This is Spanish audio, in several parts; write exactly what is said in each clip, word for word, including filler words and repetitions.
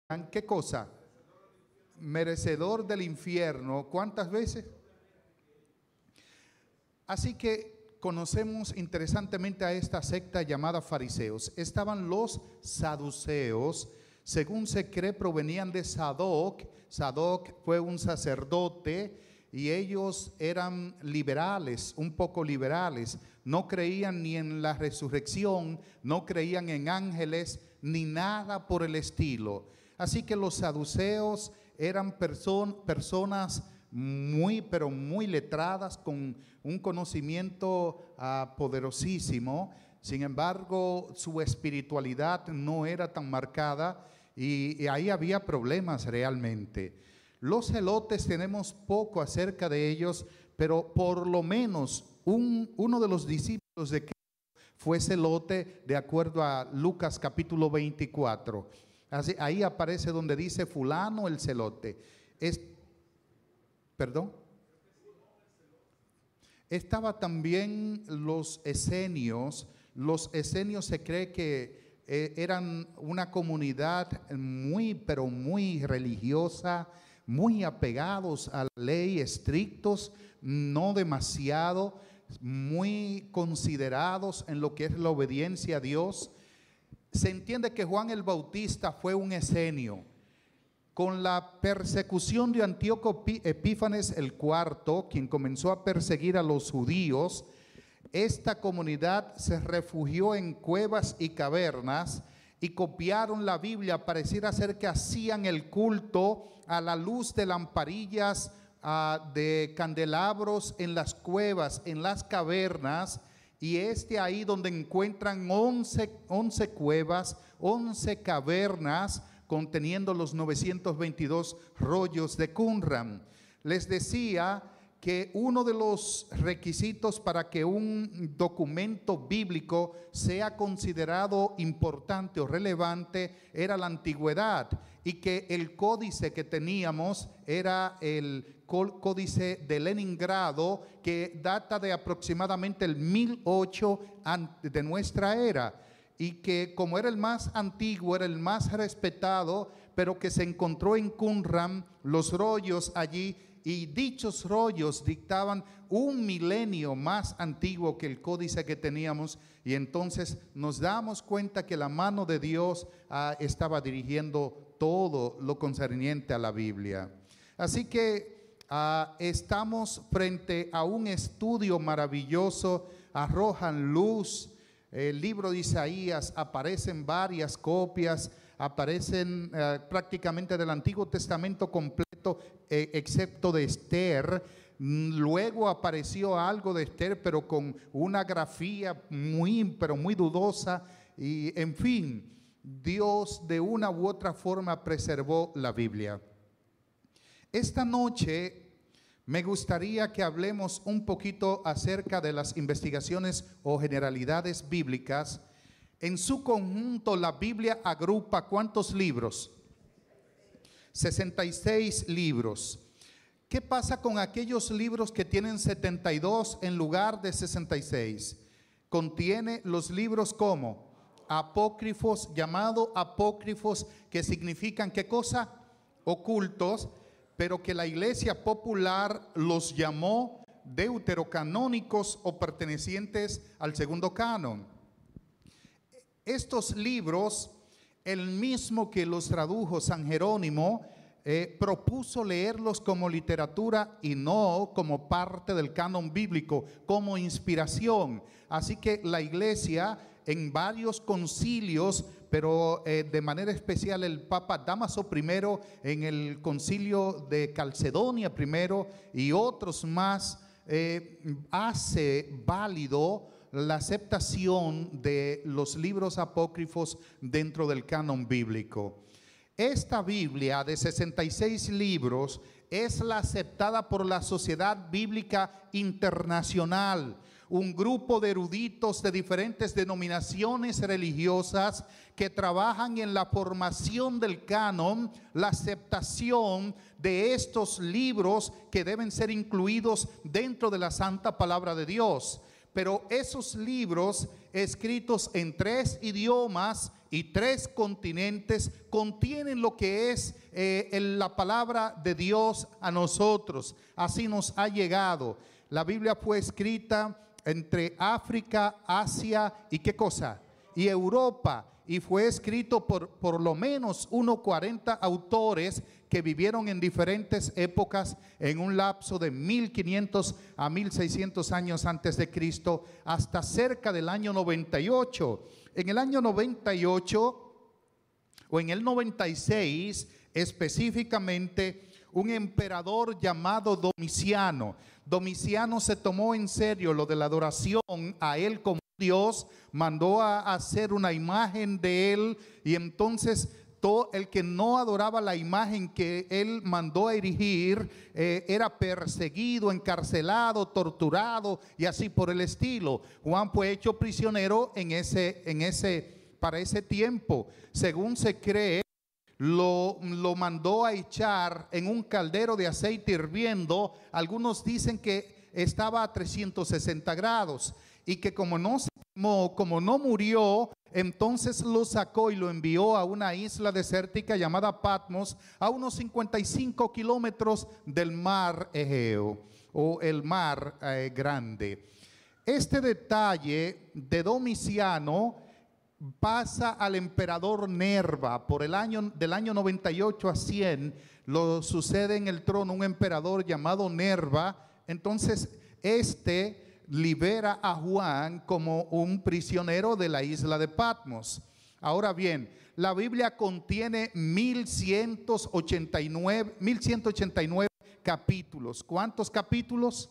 ¿qué cosa? Merecedor del infierno. ¿Cuántas veces? Así que conocemos interesantemente a esta secta llamada fariseos. Estaban los saduceos, según se cree provenían de Sadoc. Sadoc fue un sacerdote y ellos eran liberales, un poco liberales. No creían ni en la resurrección, no creían en ángeles, ni nada por el estilo. Así que los saduceos eran person, personas muy, pero muy letradas, con un conocimiento uh, poderosísimo. Sin embargo, su espiritualidad no era tan marcada y, y ahí había problemas realmente. Los celotes tenemos poco acerca de ellos, pero por lo menos un, uno de los discípulos de Cristo fue celote, de acuerdo a Lucas capítulo veinticuatro. Así, ahí aparece donde dice fulano el celote. Es, ¿Perdón? Estaba también los esenios. Los esenios se cree que eh, eran una comunidad muy, pero muy religiosa, muy apegados a la ley, estrictos, no demasiado, muy considerados en lo que es la obediencia a Dios. Se entiende que Juan el Bautista fue un esenio. Con la persecución de Antíoco Epífanes el cuarto, quien comenzó a perseguir a los judíos, esta comunidad se refugió en cuevas y cavernas y copiaron la Biblia. Pareciera ser que hacían el culto a la luz de lamparillas, uh, de candelabros en las cuevas, en las cavernas. Y es de ahí donde encuentran once, once cuevas, once cavernas conteniendo los novecientos veintidós rollos de Qumran. Les decía que uno de los requisitos para que un documento bíblico sea considerado importante o relevante era la antigüedad, y que el códice que teníamos era el códice de Leningrado, que data de aproximadamente el mil ocho de nuestra era, y que como era el más antiguo, era el más respetado, pero que se encontró en Qumran los rollos allí, y dichos rollos dictaban un milenio más antiguo que el códice que teníamos, y entonces nos damos cuenta que la mano de Dios ah, estaba dirigiendo todo lo concerniente a la Biblia. Así que ah, estamos frente a un estudio maravilloso, arrojan luz. El libro de Isaías, aparecen varias copias, aparecen eh, prácticamente del Antiguo Testamento completo, eh, excepto de Esther. Luego apareció algo de Esther, pero con una grafía muy, pero muy dudosa. Y en fin, Dios de una u otra forma preservó la Biblia. Esta noche me gustaría que hablemos un poquito acerca de las investigaciones o generalidades bíblicas. En su conjunto, la Biblia agrupa ¿cuántos libros? sesenta y seis libros. ¿Qué pasa con aquellos libros que tienen setenta y dos en lugar de sesenta y seis? Contiene los libros como apócrifos, llamados apócrifos, que significan ¿qué cosa? Ocultos, pero que la iglesia popular los llamó deuterocanónicos o pertenecientes al segundo canon. Estos libros, el mismo que los tradujo San Jerónimo, eh, propuso leerlos como literatura y no como parte del canon bíblico, como inspiración. Así que la iglesia en varios concilios, pero eh, de manera especial el Papa Dámaso primero en el concilio de Calcedonia primero y otros más, eh, hace válido la aceptación de los libros apócrifos dentro del canon bíblico. Esta Biblia de sesenta y seis libros es la aceptada por la Sociedad Bíblica Internacional, un grupo de eruditos de diferentes denominaciones religiosas que trabajan en la formación del canon, la aceptación de estos libros que deben ser incluidos dentro de la santa palabra de Dios. Pero esos libros escritos en tres idiomas y tres continentes contienen lo que es eh, el- la palabra de Dios a nosotros. Así nos ha llegado. La Biblia fue escrita entre África, Asia y ¿qué cosa? Y Europa. Y fue escrito por por lo menos unos cuarenta autores que vivieron en diferentes épocas en un lapso de mil quinientos a mil seiscientos años antes de Cristo, hasta cerca del año noventa y ocho. En el año noventa y ocho o en el noventa y seis específicamente, un emperador llamado Domiciano. Domiciano se tomó en serio lo de la adoración a él como Dios, mandó a hacer una imagen de él, y entonces todo el que no adoraba la imagen que él mandó a erigir eh, era perseguido, encarcelado, torturado y así por el estilo. Juan fue hecho prisionero en ese, en ese, para ese tiempo. Según se cree, Lo, lo mandó a echar en un caldero de aceite hirviendo. Algunos dicen que estaba a trescientos sesenta grados y que como no se quemó, como no murió, entonces lo sacó y lo envió a una isla desértica llamada Patmos, a unos cincuenta y cinco kilómetros del mar Egeo o el mar eh, grande. Este detalle de Domiciano pasa al emperador Nerva. Por el año del año noventa y ocho a cien lo sucede en el trono un emperador llamado Nerva. Entonces este libera a Juan como un prisionero de la isla de Patmos. Ahora bien, la Biblia contiene mil ciento ochenta y nueve capítulos. ¿Cuántos capítulos?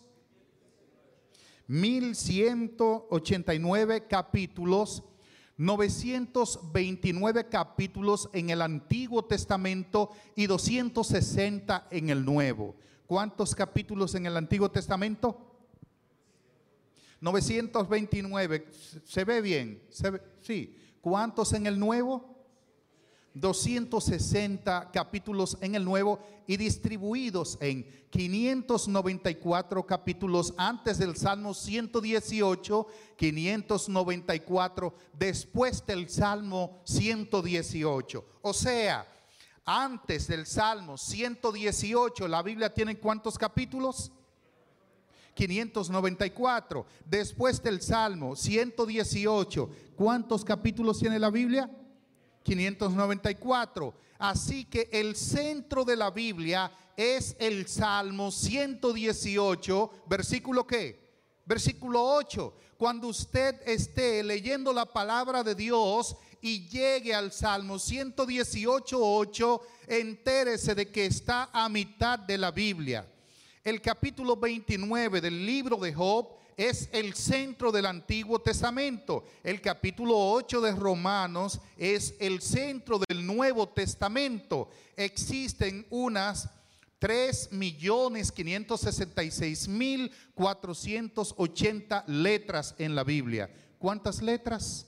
mil ciento ochenta y nueve capítulos. novecientos veintinueve capítulos en el Antiguo Testamento y doscientos sesenta en el Nuevo. ¿Cuántos capítulos en el Antiguo Testamento? novecientos veintinueve. ¿Se ve bien? ¿Se ve? Sí. ¿Cuántos en el Nuevo? doscientos sesenta capítulos en el Nuevo y distribuidos en quinientos noventa y cuatro capítulos antes del Salmo ciento dieciocho, quinientos noventa y cuatro después del Salmo ciento dieciocho. O sea, antes del Salmo ciento dieciocho, la Biblia tiene ¿cuántos capítulos? quinientos noventa y cuatro. Después del Salmo ciento dieciocho, ¿cuántos capítulos tiene la Biblia? quinientos noventa y cuatro. Así que el centro de la Biblia es el Salmo ciento dieciocho, versículo ¿qué? Versículo ocho. Cuando usted esté leyendo la palabra de Dios y llegue al Salmo ciento dieciocho, ocho, entérese de que está a mitad de la Biblia. El capítulo veintinueve del libro de Job es el centro del Antiguo Testamento. El capítulo ocho de Romanos es el centro del Nuevo Testamento. Existen unas tres millones quinientos sesenta y seis mil cuatrocientas ochenta letras en la Biblia. ¿Cuántas letras?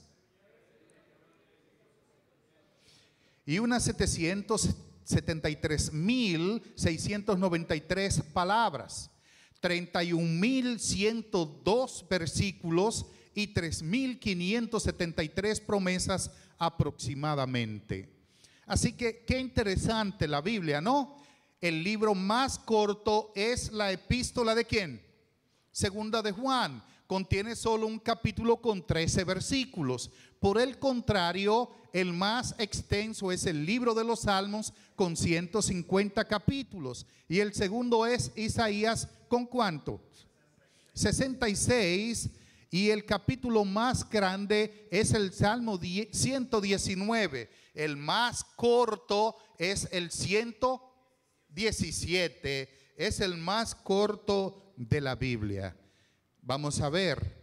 Y unas setecientos setenta y tres mil seiscientos noventa y tres palabras. treinta y un mil ciento dos versículos y tres mil quinientos setenta y tres promesas aproximadamente. Así que qué interesante la Biblia, ¿no? El libro más corto es la epístola de ¿quién? Segunda de Juan. Contiene solo un capítulo con trece versículos. Por el contrario, el más extenso es el libro de los Salmos con ciento cincuenta capítulos. Y el segundo es Isaías con ¿cuánto? sesenta y seis. Y el capítulo más grande es el Salmo ciento diecinueve. El más corto es el ciento diecisiete. Es el más corto de la Biblia. Vamos a ver,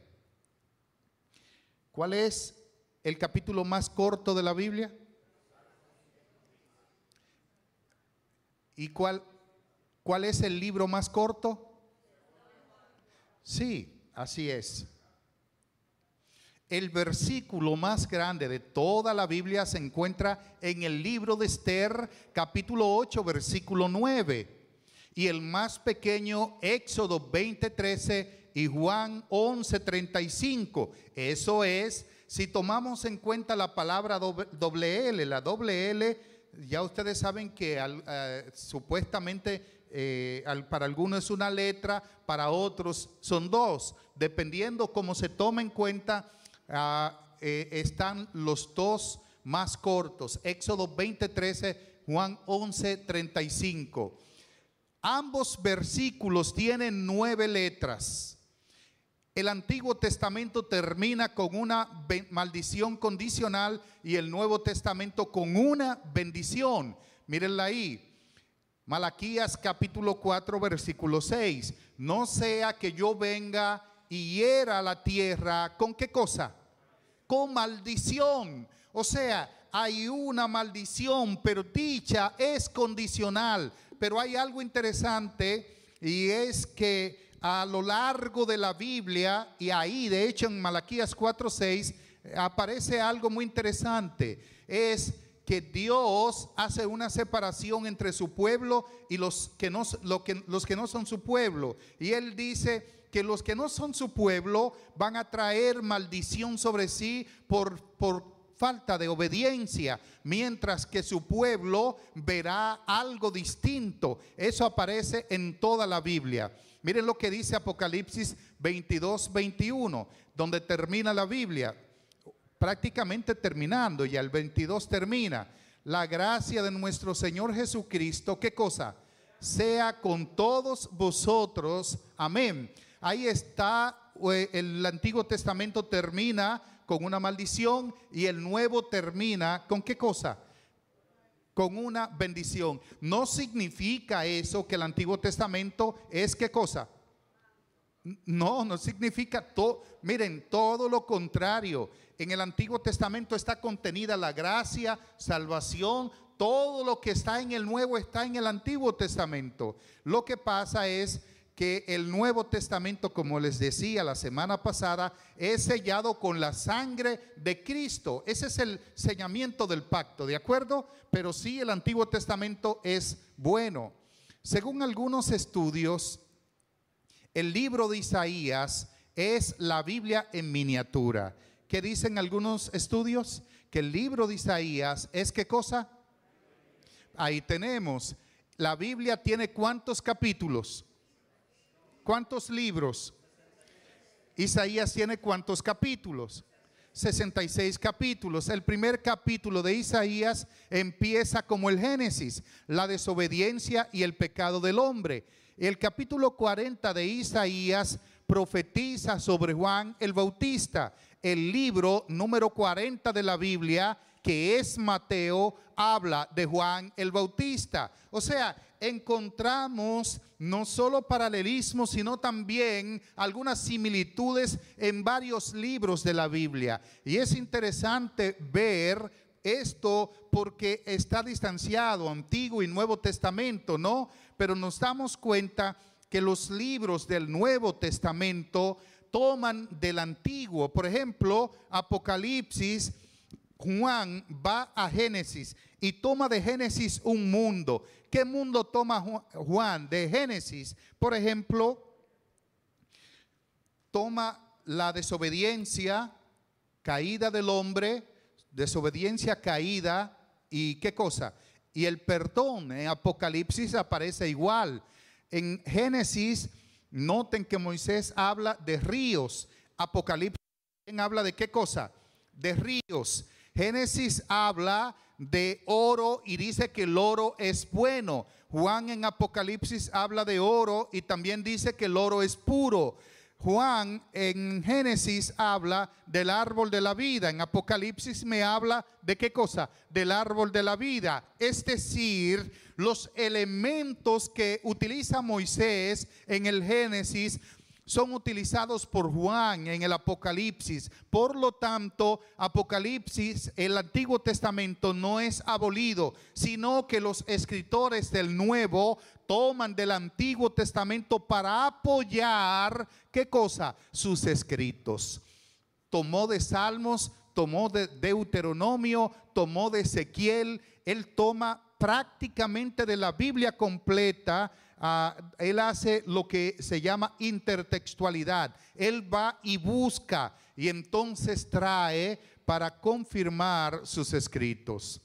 ¿cuál es el capítulo más corto de la Biblia? ¿Y cuál, cuál es el libro más corto? Sí, así es. El versículo más grande de toda la Biblia se encuentra en el libro de Esther, capítulo ocho, versículo nueve. Y el más pequeño, Éxodo veinte, trece y Juan once, treinta y cinco. Eso es si tomamos en cuenta la palabra doble, doble L, la doble L, ya ustedes saben que al, uh, supuestamente eh, al, para algunos es una letra, para otros son dos, dependiendo cómo se toma en cuenta. Uh, eh, están los dos más cortos, Éxodo veinte, trece, Juan once, treinta y cinco. Ambos versículos tienen nueve letras. El Antiguo Testamento termina con una maldición condicional y el Nuevo Testamento con una bendición. Mírenla ahí. Malaquías capítulo cuatro, versículo seis. No sea que yo venga y hiera la tierra, ¿con qué cosa? Con maldición. O sea, hay una maldición, pero dicha es condicional. Pero hay algo interesante, y es que a lo largo de la Biblia, y ahí de hecho en Malaquías cuatro seis aparece algo muy interesante, es que Dios hace una separación entre su pueblo y los que no, lo que, los que no son su pueblo. Y Él dice que los que no son su pueblo van a traer maldición sobre sí por, por falta de obediencia, mientras que su pueblo verá algo distinto. Eso aparece en toda la Biblia. Miren lo que dice Apocalipsis veintidós, veintiuno, donde termina la Biblia, prácticamente terminando, ya el veintidós termina. La gracia de nuestro Señor Jesucristo, ¿qué cosa? Sea con todos vosotros. Amén. Ahí está, el Antiguo Testamento termina con una maldición y el Nuevo termina ¿con qué cosa? Con una bendición. No significa eso que el Antiguo Testamento es ¿qué cosa? No, no significa todo. Miren, todo lo contrario. En el Antiguo Testamento está contenida la gracia, salvación. Todo lo que está en el Nuevo está en el Antiguo Testamento. Lo que pasa es que el Nuevo Testamento, como les decía la semana pasada, es sellado con la sangre de Cristo. Ese es el sellamiento del pacto, ¿de acuerdo? Pero sí, el Antiguo Testamento es bueno. Según algunos estudios, el libro de Isaías es la Biblia en miniatura. ¿Qué dicen algunos estudios? Que el libro de Isaías es ¿qué cosa? Ahí tenemos. La Biblia tiene ¿cuántos capítulos? ¿Cuántos libros? Isaías tiene ¿cuántos capítulos? sesenta y seis capítulos. El primer capítulo de Isaías empieza como el Génesis, la desobediencia y el pecado del hombre. El capítulo cuarenta de Isaías profetiza sobre Juan el Bautista. El libro número cuarenta de la Biblia, que es Mateo, habla de Juan el Bautista. O sea, encontramos no solo paralelismos, sino también algunas similitudes en varios libros de la Biblia. Y es interesante ver esto porque está distanciado Antiguo y Nuevo Testamento, ¿no? Pero nos damos cuenta que los libros del Nuevo Testamento toman del Antiguo. Por ejemplo, Apocalipsis, Juan va a Génesis y toma de Génesis un mundo. ¿Qué mundo toma Juan de Génesis? Por ejemplo, toma la desobediencia, caída del hombre, desobediencia, caída y ¿qué cosa? Y el perdón. En Apocalipsis aparece igual. En Génesis, noten que Moisés habla de ríos. Apocalipsis habla de ¿qué cosa? De ríos. Génesis habla de oro y dice que el oro es bueno. Juan en Apocalipsis habla de oro y también dice que el oro es puro. Juan en Génesis habla del árbol de la vida. En Apocalipsis me habla de ¿qué cosa? Del árbol de la vida. Es decir, los elementos que utiliza Moisés en el Génesis son utilizados por Juan en el Apocalipsis. Por lo tanto, Apocalipsis, el Antiguo Testamento no es abolido, sino que los escritores del Nuevo toman del Antiguo Testamento para apoyar, ¿qué cosa? Sus escritos. Tomó de Salmos, tomó de Deuteronomio, tomó de Ezequiel. Él toma prácticamente de la Biblia completa. Uh, él hace lo que se llama intertextualidad. Él va y busca y entonces trae para confirmar sus escritos.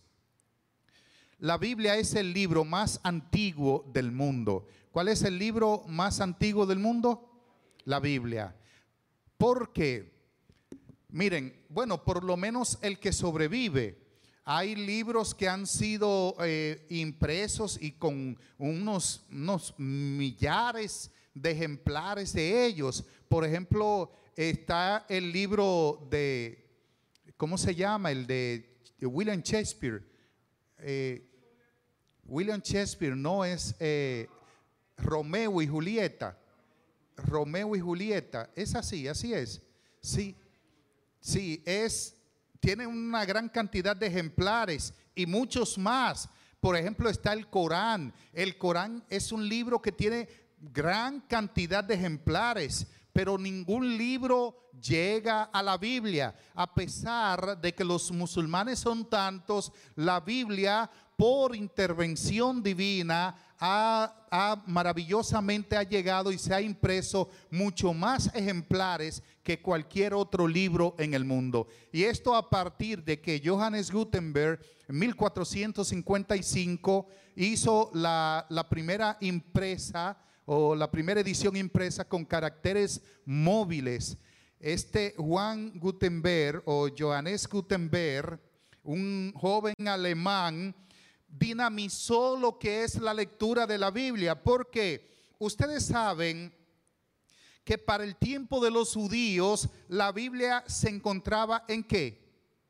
La Biblia es el libro más antiguo del mundo. ¿Cuál es el libro más antiguo del mundo? La Biblia. ¿Por qué? Miren, bueno, por lo menos el que sobrevive. Hay libros que han sido eh, impresos y con unos, unos millares de ejemplares de ellos. Por ejemplo, está el libro de, ¿cómo se llama? El de, de William Shakespeare. Eh, William Shakespeare no es eh, Romeo y Julieta. Romeo y Julieta. Es así, así es. Sí, sí, es, tiene una gran cantidad de ejemplares y muchos más. Por ejemplo, está el Corán. El Corán es un libro que tiene gran cantidad de ejemplares, pero ningún libro llega a la Biblia. A pesar de que los musulmanes son tantos, la Biblia, por intervención divina, ha, ha maravillosamente ha llegado y se ha impreso mucho más ejemplares que cualquier otro libro en el mundo. Y esto a partir de que Johannes Gutenberg en mil cuatrocientos cincuenta y cinco hizo la, la primera impresa o la primera edición impresa con caracteres móviles. Este Juan Gutenberg o Johannes Gutenberg, un joven alemán, dinamizó lo que es la lectura de la Biblia, porque ustedes saben que para el tiempo de los judíos la Biblia se encontraba en ¿qué?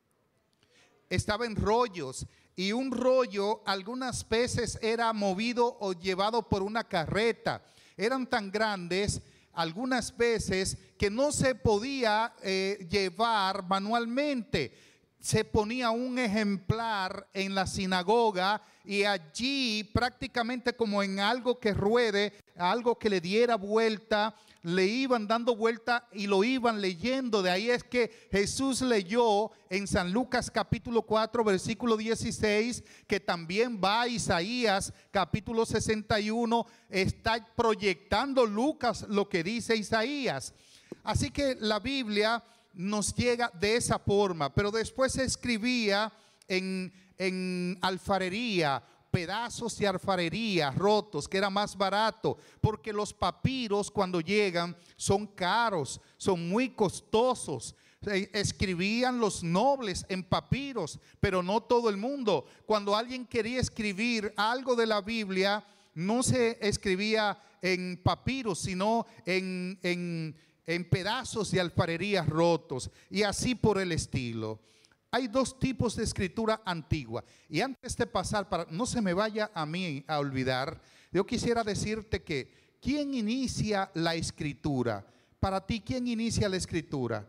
Estaba en rollos, y un rollo algunas veces era movido o llevado por una carreta. Eran tan grandes algunas veces que no se podía eh, llevar manualmente. Se ponía un ejemplar en la sinagoga y allí prácticamente como en algo que ruede, algo que le diera vuelta, le iban dando vuelta y lo iban leyendo. De ahí es que Jesús leyó en San Lucas capítulo cuatro versículo dieciséis, que también va a Isaías capítulo sesenta y uno, está proyectando Lucas lo que dice Isaías. Así que la Biblia nos llega de esa forma, pero después se escribía en, en alfarería, pedazos de alfarería rotos, que era más barato, porque los papiros cuando llegan son caros, son muy costosos. Escribían los nobles en papiros, pero no todo el mundo. Cuando alguien quería escribir algo de la Biblia, no se escribía en papiros, sino en, en en pedazos de alfarería rotos, y así por el estilo. Hay dos tipos de escritura antigua, y antes de pasar, para no se me vaya a mí a olvidar, yo quisiera decirte que ¿quién inicia la escritura? Para ti, ¿quién inicia la escritura?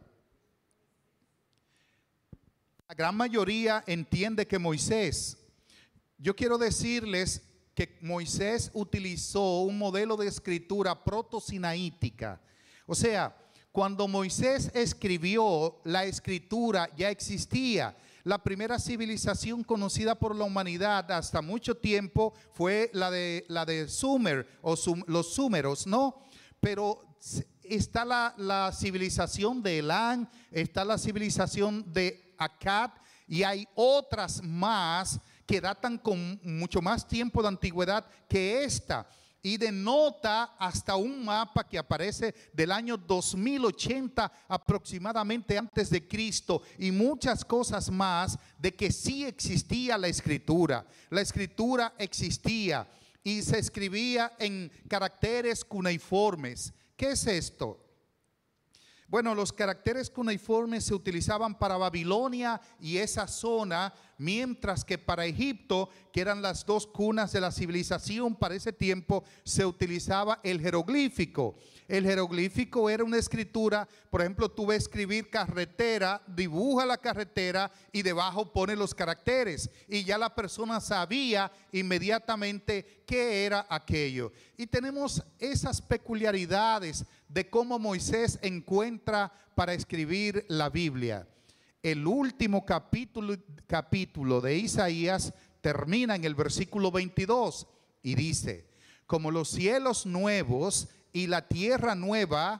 La gran mayoría entiende que Moisés. Yo quiero decirles que Moisés utilizó un modelo de escritura proto-sinaítica. O sea, cuando Moisés escribió, la escritura ya existía. La primera civilización conocida por la humanidad hasta mucho tiempo fue la de, la de Sumer o sum, los súmeros, ¿no? Pero está la, la civilización de Elam, está la civilización de Akkad, y hay otras más que datan con mucho más tiempo de antigüedad que esta. Y denota hasta un mapa que aparece del año dos mil ochenta aproximadamente antes de Cristo, y muchas cosas más de que sí existía la escritura. La escritura existía y se escribía en caracteres cuneiformes. ¿Qué es esto? Bueno, los caracteres cuneiformes se utilizaban para Babilonia y esa zona, mientras que para Egipto, que eran las dos cunas de la civilización para ese tiempo, se utilizaba el jeroglífico. El jeroglífico era una escritura, por ejemplo, tú ves escribir carretera, dibuja la carretera y debajo pone los caracteres, y ya la persona sabía inmediatamente qué era aquello. Y tenemos esas peculiaridades de cómo Moisés encuentra para escribir la Biblia. El último capítulo, capítulo de Isaías termina en el versículo veintidós y dice: como los cielos nuevos y la tierra nueva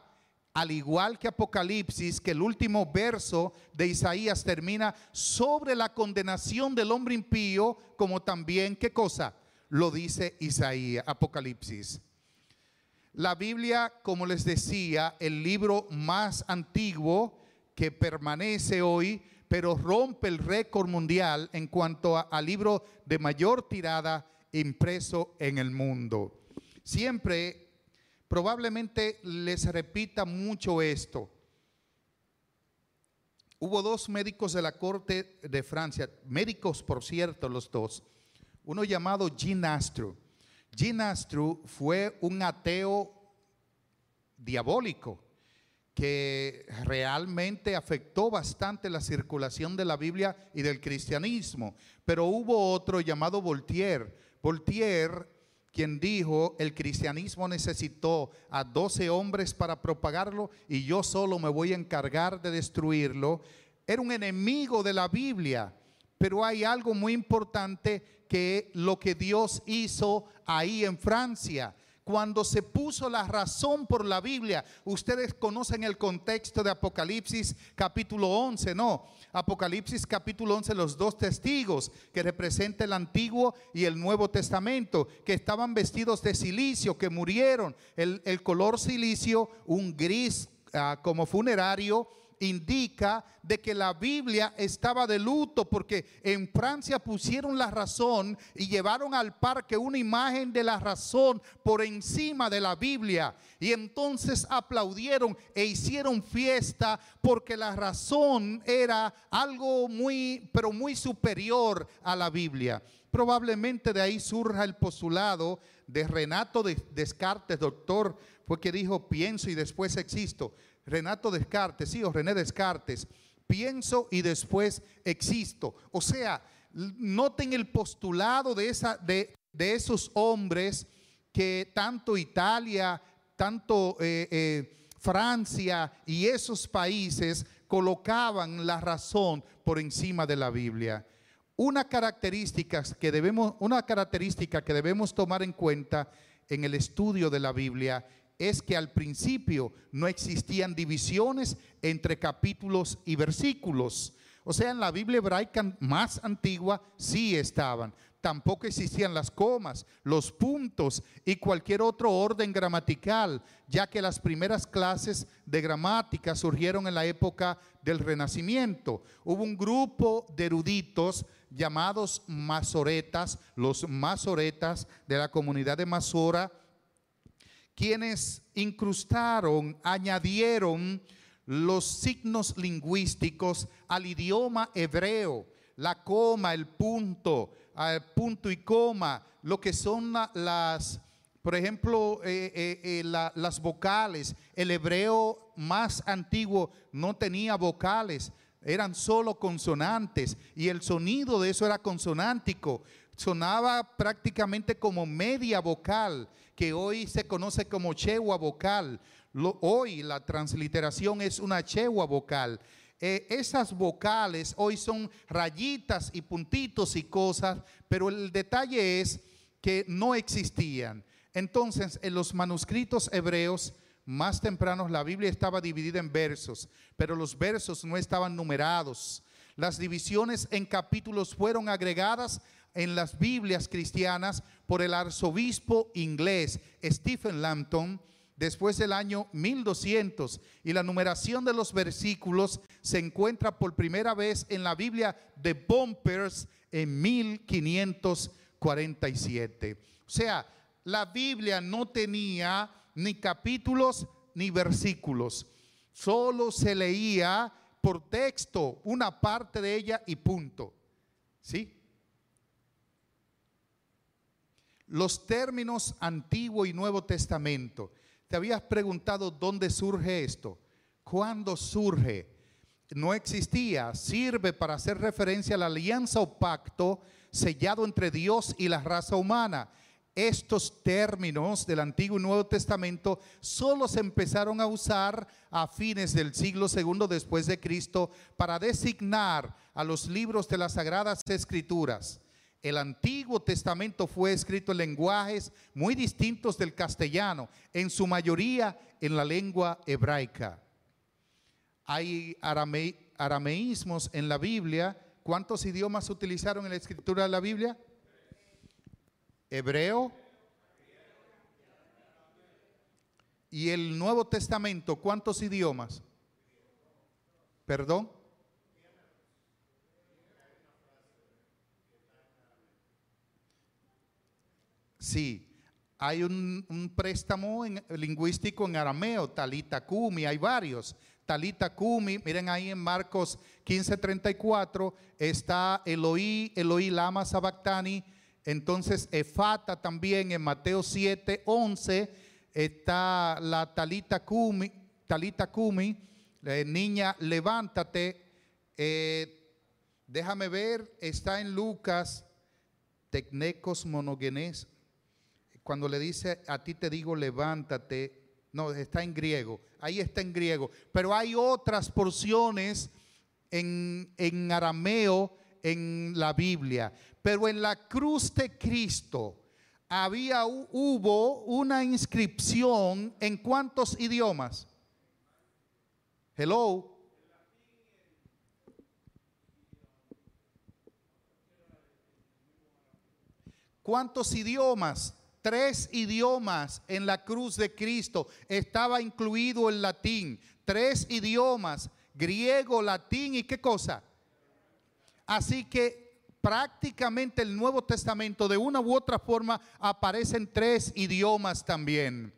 al igual que Apocalipsis, que el último verso de Isaías termina sobre la condenación del hombre impío, como también, ¿qué cosa? Lo dice Isaías, Apocalipsis. La Biblia, como les decía, el libro más antiguo que permanece hoy, pero rompe el récord mundial en cuanto a, a libro de mayor tirada impreso en el mundo. Siempre, probablemente les repita mucho esto. Hubo dos médicos de la corte de Francia, médicos por cierto los dos, uno llamado Jean Astreau. Jean Astreau fue un ateo diabólico que realmente afectó bastante la circulación de la Biblia y del cristianismo. Pero hubo otro llamado Voltaire. Voltaire, quien dijo: el cristianismo necesitó a doce hombres para propagarlo y yo solo me voy a encargar de destruirlo. Era un enemigo de la Biblia. Pero hay algo muy importante, que lo que Dios hizo ahí en Francia, cuando se puso la razón por la Biblia. Ustedes conocen el contexto de Apocalipsis capítulo once, ¿no? Apocalipsis capítulo once, los dos testigos que representan el Antiguo y el Nuevo Testamento, que estaban vestidos de silicio, que murieron. El, el color silicio, un gris uh, como funerario, indica de que la Biblia estaba de luto, porque en Francia pusieron la razón y llevaron al parque una imagen de la razón por encima de la Biblia, y entonces aplaudieron e hicieron fiesta porque la razón era algo muy, pero muy superior a la Biblia. Probablemente de ahí surja el postulado de Renato Descartes, doctor, fue que dijo: pienso y después existo. Renato Descartes, sí, o René Descartes, pienso y después existo. O sea, noten el postulado de, esa, de, de esos hombres que tanto Italia, tanto eh, eh, Francia y esos países colocaban la razón por encima de la Biblia. Una característica que debemos, una característica que debemos tomar en cuenta en el estudio de la Biblia es que al principio no existían divisiones entre capítulos y versículos. O sea, en la Biblia hebraica más antigua sí estaban. Tampoco existían las comas, los puntos y cualquier otro orden gramatical, ya que las primeras clases de gramática surgieron en la época del Renacimiento. Hubo un grupo de eruditos llamados masoretas, los masoretas de la comunidad de Masora, quienes incrustaron, añadieron los signos lingüísticos al idioma hebreo, la coma, el punto, el punto y coma, lo que son las, por ejemplo, eh, eh, eh, la, las vocales. El hebreo más antiguo no tenía vocales, eran solo consonantes, y el sonido de eso era consonántico. Sonaba prácticamente como media vocal, que hoy se conoce como chewa vocal. Lo, hoy la transliteración es una chewa vocal. Eh, esas vocales hoy son rayitas y puntitos y cosas, pero el detalle es que no existían. Entonces, en los manuscritos hebreos más tempranos, la Biblia estaba dividida en versos, pero los versos no estaban numerados. Las divisiones en capítulos fueron agregadas en las Biblias cristianas por el arzobispo inglés Stephen Langton después del año mil doscientos, y la numeración de los versículos se encuentra por primera vez en la Biblia de Bumpers en mil quinientos cuarenta y siete. O sea, la Biblia no tenía ni capítulos ni versículos, solo se leía por texto una parte de ella y punto. ¿Sí? Los términos Antiguo y Nuevo Testamento. ¿Te habías preguntado dónde surge esto? ¿Cuándo surge? No existía. Sirve para hacer referencia a la alianza o pacto sellado entre Dios y la raza humana. Estos términos del Antiguo y Nuevo Testamento solo se empezaron a usar a fines del siglo segundo después de Cristo para designar a los libros de las Sagradas Escrituras. El Antiguo Testamento fue escrito en lenguajes muy distintos del castellano, en su mayoría en la lengua hebraica. Hay arame, arameísmos en la Biblia. ¿Cuántos idiomas se utilizaron en la escritura de la Biblia? Hebreo. ¿Y el Nuevo Testamento cuántos idiomas? ¿Perdón? Sí, hay un, un préstamo en, lingüístico en arameo, Talita Cumi, hay varios. Talita Cumi, miren ahí en Marcos quince treinta y cuatro, está Eloí, Eloí lama sabactani. Entonces Efata también en Mateo siete once está la Talita Cumi, Talita Cumi, eh, niña levántate. Eh, déjame ver, está en Lucas, Tecnecos monogenes. Cuando le dice a ti te digo levántate, no, está en griego, ahí está en griego, pero hay otras porciones en, en arameo en la Biblia. Pero en la cruz de Cristo había, hubo una inscripción en ¿cuántos idiomas? Hello. ¿Cuántos idiomas? Tres idiomas en la cruz de Cristo. Estaba incluido el latín. Tres idiomas, griego, latín y ¿qué cosa? Así que prácticamente el Nuevo Testamento de una u otra forma aparecen tres idiomas también.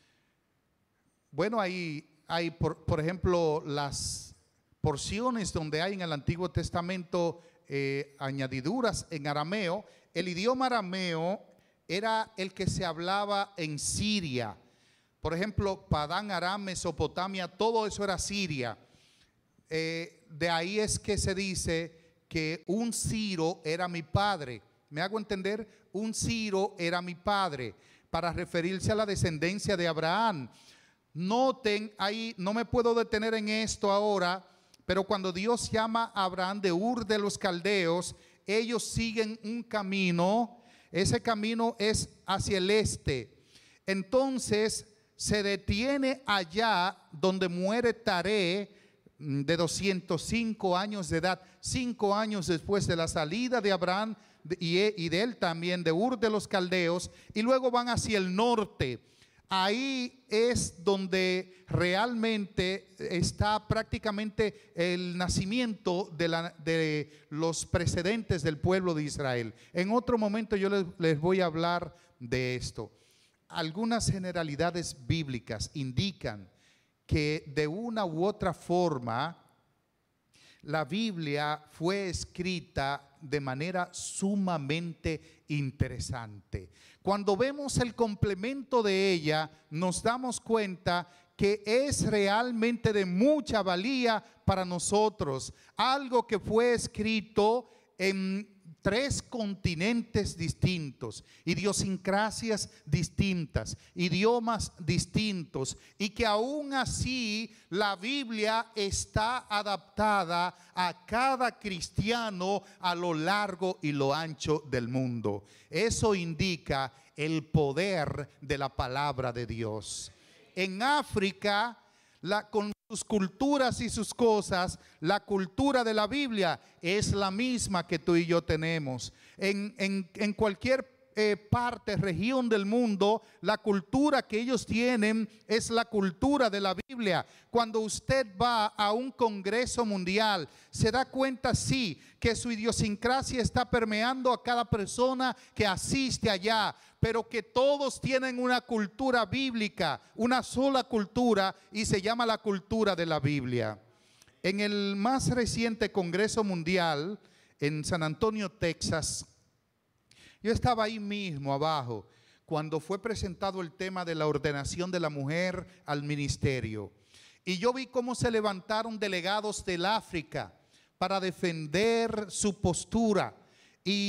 Bueno, ahí hay, por, por ejemplo, las porciones donde hay en el Antiguo Testamento eh, añadiduras en arameo. El idioma arameo era el que se hablaba en Siria. Por ejemplo, Padán Aram, Mesopotamia, todo eso era Siria. Eh, de ahí es que se dice que un Ciro era mi padre. ¿Me hago entender? Un Ciro era mi padre, para referirse a la descendencia de Abraham. Noten, ahí no me puedo detener en esto ahora, pero cuando Dios llama a Abraham de Ur de los Caldeos, ellos siguen un camino. Ese camino es hacia el este. Entonces se detiene allá donde muere Taré, de doscientos cinco años de edad, cinco años después de la salida de Abraham y, y de él también, de Ur de los Caldeos, y luego van hacia el norte. Ahí es donde realmente está prácticamente el nacimiento de, la, de los precedentes del pueblo de Israel. En otro momento yo les, les voy a hablar de esto. Algunas generalidades bíblicas indican que de una u otra forma la Biblia fue escrita de manera sumamente interesante. Cuando vemos el complemento de ella, nos damos cuenta que es realmente de mucha valía para nosotros. Algo que fue escrito en tres continentes distintos, idiosincrasias distintas, idiomas distintos, y que aún así la Biblia está adaptada a cada cristiano a lo largo y lo ancho del mundo. Eso indica el poder de la palabra de Dios. En África, la, con sus culturas y sus cosas, la cultura de la Biblia es la misma que tú y yo tenemos. En, en, en cualquier eh, parte, región del mundo, la cultura que ellos tienen es la cultura de la Biblia. Cuando usted va a un congreso mundial, se da cuenta, sí, que su idiosincrasia está permeando a cada persona que asiste allá, pero que todos tienen una cultura bíblica, una sola cultura, y se llama la cultura de la Biblia. En el más reciente Congreso Mundial en San Antonio, Texas, yo estaba ahí mismo abajo cuando fue presentado el tema de la ordenación de la mujer al ministerio, y yo vi cómo se levantaron delegados del África para defender su postura, y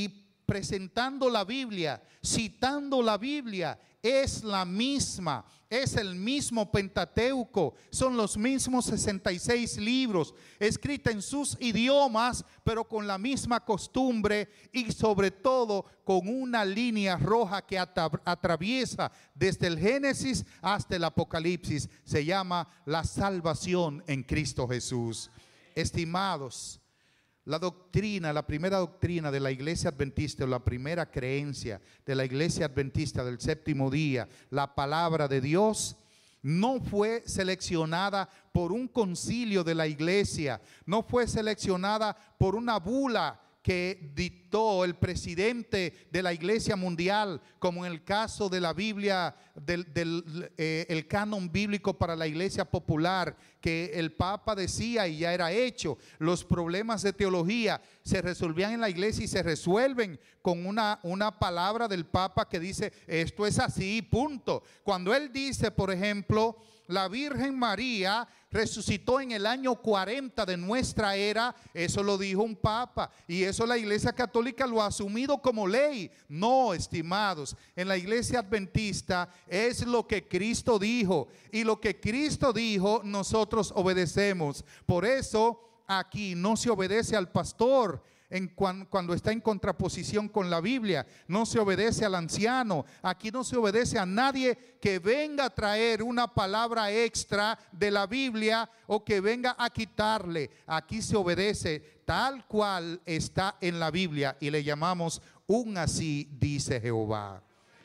presentando la Biblia, citando la Biblia, es la misma, es el mismo Pentateuco, son los mismos sesenta y seis libros, escritos en sus idiomas, pero con la misma costumbre y sobre todo con una línea roja que atraviesa desde el Génesis hasta el Apocalipsis. Se llama la salvación en Cristo Jesús. Estimados, la doctrina, la primera doctrina de la iglesia adventista, o la primera creencia de la iglesia adventista del séptimo día, la palabra de Dios, no fue seleccionada por un concilio de la iglesia, no fue seleccionada por una bula que dictó el presidente de la iglesia mundial, como en el caso de la Biblia, del, del eh, el canon bíblico para la iglesia popular, que el Papa decía y ya era hecho. Los problemas de teología se resolvían en la iglesia y se resuelven con una, una palabra del Papa que dice esto es así, punto. Cuando él dice, por ejemplo, la Virgen María resucitó en el año cuarenta de nuestra era, eso lo dijo un papa y eso la iglesia católica lo ha asumido como ley. No, estimados, en la iglesia adventista es lo que Cristo dijo, y lo que Cristo dijo nosotros obedecemos. Por eso aquí no se obedece al pastor en cuan, cuando está en contraposición con la Biblia, no se obedece al anciano, aquí no se obedece a nadie que venga a traer una palabra extra de la Biblia o que venga a quitarle. Aquí se obedece tal cual está en la Biblia y le llamamos un así dice Jehová.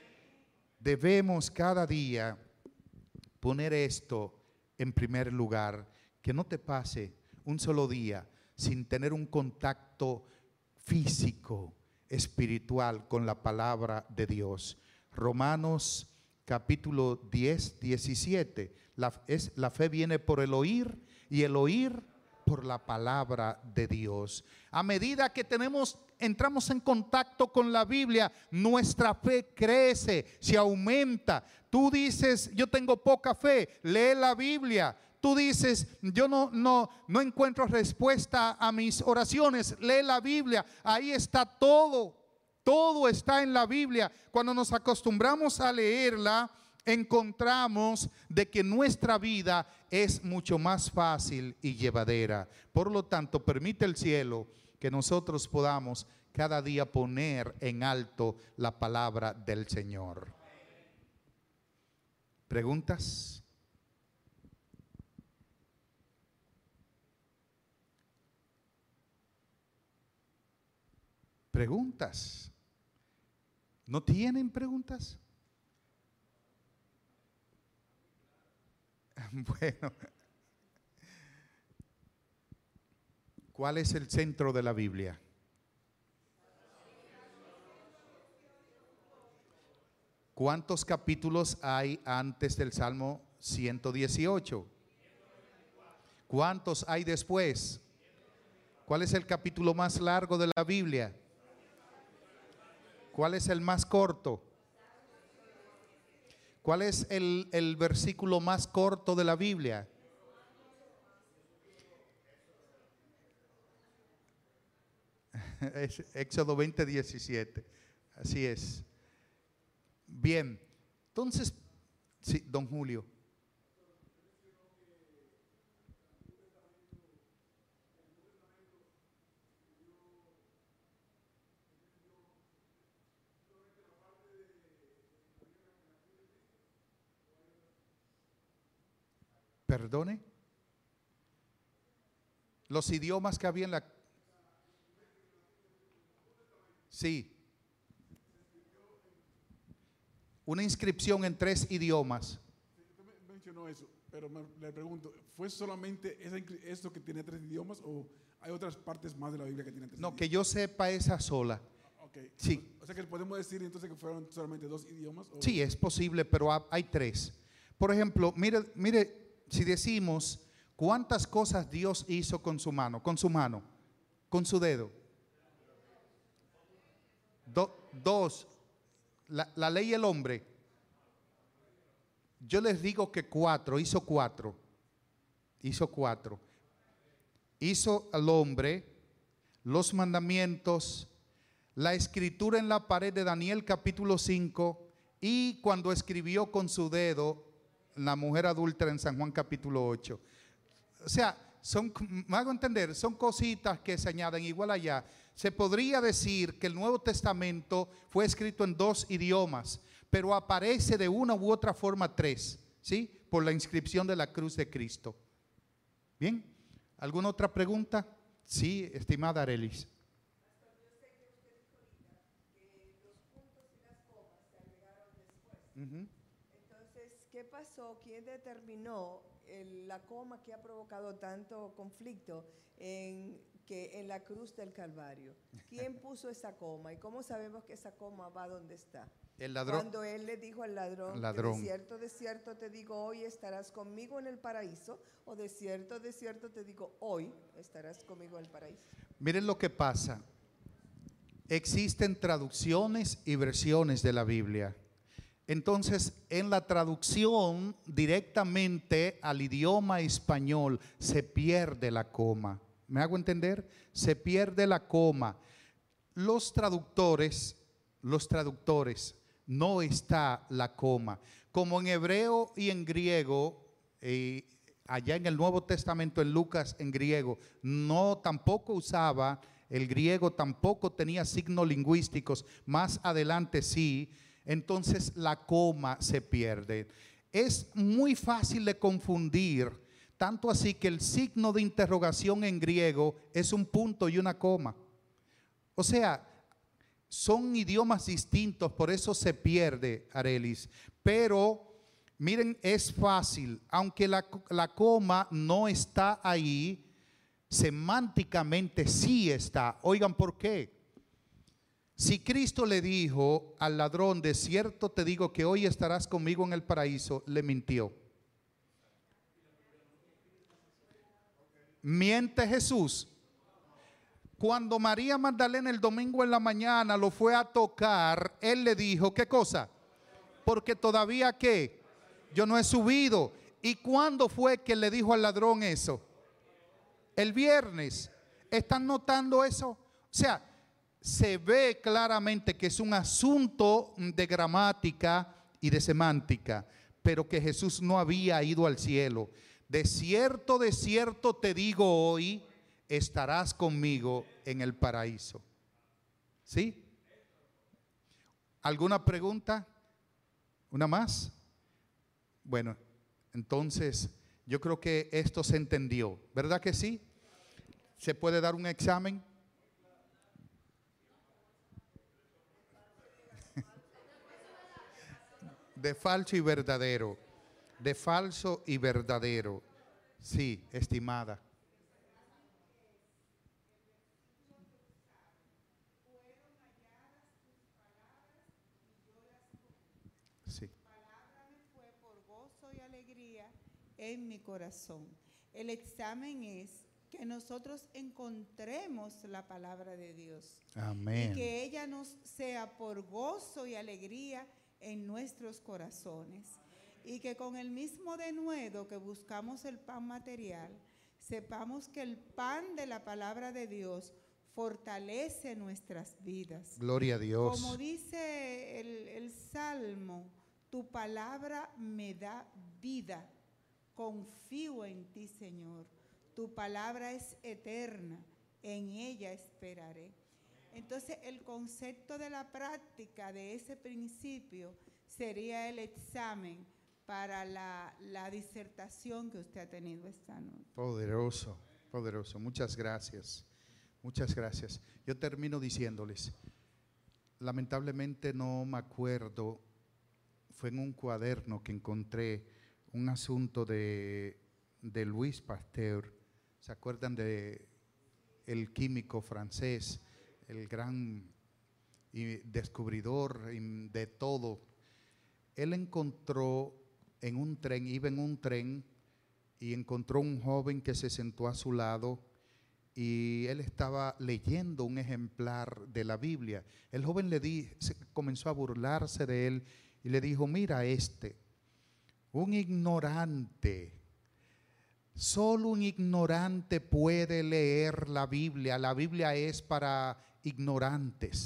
Debemos cada día poner esto en primer lugar, que no te pase un solo día sin tener un contacto físico, espiritual con la palabra de Dios. Romanos capítulo diez, diecisiete. La, es, la fe viene por el oír y el oír por la palabra de Dios. A medida que tenemos, entramos en contacto con la Biblia, nuestra fe crece, se aumenta. Tú dices, yo tengo poca fe, lee la Biblia. Tú dices, yo no, no, no encuentro respuesta a mis oraciones, lee la Biblia, ahí está todo, todo está en la Biblia. Cuando nos acostumbramos a leerla, encontramos de que nuestra vida es mucho más fácil y llevadera. Por lo tanto, permite el cielo que nosotros podamos cada día poner en alto la palabra del Señor. ¿Preguntas? Preguntas. ¿No tienen preguntas? Bueno, ¿cuál es el centro de la Biblia? ¿Cuántos capítulos hay antes del Salmo ciento dieciocho? ¿Cuántos hay después? ¿Cuál es el capítulo más largo de la Biblia? ¿Cuál es el más corto? ¿Cuál es el, el versículo más corto de la Biblia? Es Éxodo veinte, diecisiete. Así es. Bien, entonces, sí, don Julio. Perdone. Los idiomas que había en la... Sí. Una inscripción en tres idiomas. Usted mencionó eso, pero me, le pregunto, ¿fue solamente esa, esto que tiene tres idiomas o hay otras partes más de la Biblia que tienen tres No, idiomas? que yo sepa esa sola. Okay. Sí. O sea que podemos decir entonces que fueron solamente dos idiomas. ¿O? Sí, es posible, pero hay tres. Por ejemplo, mire, mire, si decimos cuántas cosas Dios hizo con su mano, con su mano, con su dedo. Do, dos. La, la ley y el hombre. Yo les digo que cuatro, hizo cuatro. Hizo cuatro. Hizo al hombre, los mandamientos, la escritura en la pared de Daniel capítulo cinco y cuando escribió con su dedo la mujer adúltera en San Juan capítulo ocho. O sea, son, me hago entender, son cositas que se añaden igual allá. Se podría decir que el Nuevo Testamento fue escrito en dos idiomas, pero aparece de una u otra forma tres, ¿sí? Por la inscripción de la cruz de Cristo. Bien, ¿alguna otra pregunta? Sí, estimada Arelis. Uh-huh. Entonces, ¿qué pasó? ¿Quién determinó el, la coma que ha provocado tanto conflicto en, que, en la cruz del Calvario? ¿Quién puso esa coma? ¿Y cómo sabemos que esa coma va donde está? El ladrón. Cuando él le dijo al ladrón, ladrón. Que de cierto, de cierto te digo, hoy estarás conmigo en el paraíso, o de cierto, de cierto te digo, hoy estarás conmigo en el paraíso. Miren lo que pasa. Existen traducciones y versiones de la Biblia. Entonces, en la traducción directamente al idioma español se pierde la coma. ¿Me hago entender? Se pierde la coma. Los traductores, los traductores, no está la coma. Como en hebreo y en griego, eh, allá en el Nuevo Testamento, en Lucas, en griego, no tampoco usaba, el griego tampoco tenía signos lingüísticos, más adelante sí. Entonces la coma se pierde. Es muy fácil de confundir, tanto así que el signo de interrogación en griego es un punto y una coma. O sea, son idiomas distintos, por eso se pierde, Arelis. Pero miren, es fácil, aunque la, la coma no está ahí, semánticamente sí está. Oigan, ¿por qué? Si Cristo le dijo al ladrón, de cierto te digo que hoy estarás conmigo en el paraíso, le mintió. ¿Miente Jesús? Cuando María Magdalena el domingo en la mañana lo fue a tocar, él le dijo, ¿qué cosa? Porque todavía ¿qué? Yo no he subido. ¿Y cuándo fue que le dijo al ladrón eso? El viernes. ¿Están notando eso? O sea, se ve claramente que es un asunto de gramática y de semántica, pero que Jesús no había ido al cielo. De cierto, de cierto te digo hoy, estarás conmigo en el paraíso. ¿Sí? ¿Alguna pregunta? ¿Una más? Bueno, entonces yo creo que esto se entendió, ¿verdad que sí? ¿Se puede dar un examen? De falso y verdadero. De falso y verdadero. Sí, estimada. Sí. Palabra me fue por gozo y alegría en mi corazón. El examen es que nosotros encontremos la palabra de Dios. Amén. Y que ella nos sea por gozo y alegría en nuestros corazones. Y que con el mismo denuedo que buscamos el pan material, sepamos que el pan de la palabra de Dios fortalece nuestras vidas. Gloria a Dios. Como dice el, el Salmo, tu palabra me da vida. Confío en ti, Señor. Tu palabra es eterna, en ella esperaré. Entonces, el concepto de la práctica de ese principio sería el examen para la, la disertación que usted ha tenido esta noche. Poderoso, poderoso. Muchas gracias. Muchas gracias. Yo termino diciéndoles, lamentablemente no me acuerdo, fue en un cuaderno que encontré un asunto de, de Louis Pasteur. ¿Se acuerdan de el químico francés, el gran descubridor de todo? Él encontró en un tren, iba en un tren y encontró un joven que se sentó a su lado y él estaba leyendo un ejemplar de la Biblia. El joven le di, comenzó a burlarse de él y le dijo, mira este, un ignorante, solo un ignorante puede leer la Biblia. La Biblia es para ignorantes.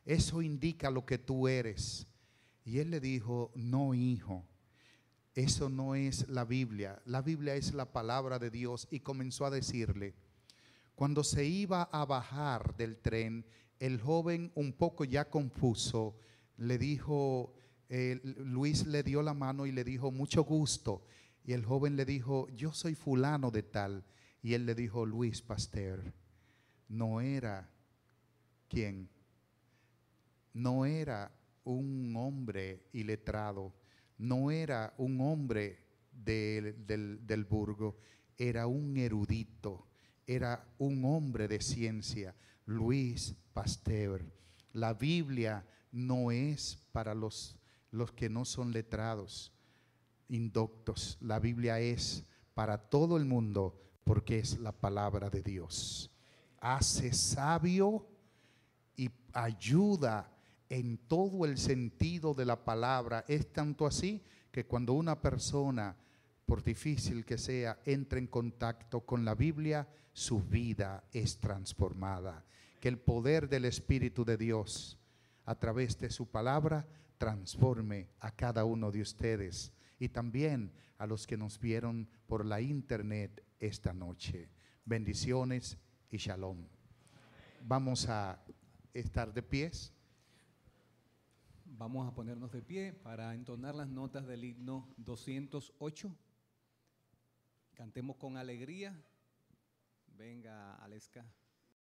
eso indica lo que tú eres. Y él le dijo, no, hijo, eso no es la Biblia. La Biblia es la palabra de Dios. Y comenzó a decirle, cuando se iba a bajar del tren, el joven, un poco ya confuso, le dijo, eh, Luis le dio la mano y le dijo, mucho gusto. Y el joven le dijo, yo soy fulano de tal. Y él le dijo, Luis Pasteur, no era, ¿quién? No era un hombre iletrado, no era un hombre de, del, del burgo, era un erudito, era un hombre de ciencia, Luis Pasteur. La Biblia no es para los, los que no son letrados, indoctos. La Biblia es para todo el mundo porque es la palabra de Dios. Hace sabio y ayuda en todo el sentido de la palabra. Es tanto así que cuando una persona, por difícil que sea, entra en contacto con la Biblia, su vida es transformada. Que el poder del Espíritu de Dios a través de su palabra transforme a cada uno de ustedes y también a los que nos vieron por la internet esta noche. Bendiciones y shalom. Vamos a estar de pies. Vamos a ponernos de pie para entonar las notas del himno doscientos ocho. Cantemos con alegría. Venga, Aleska.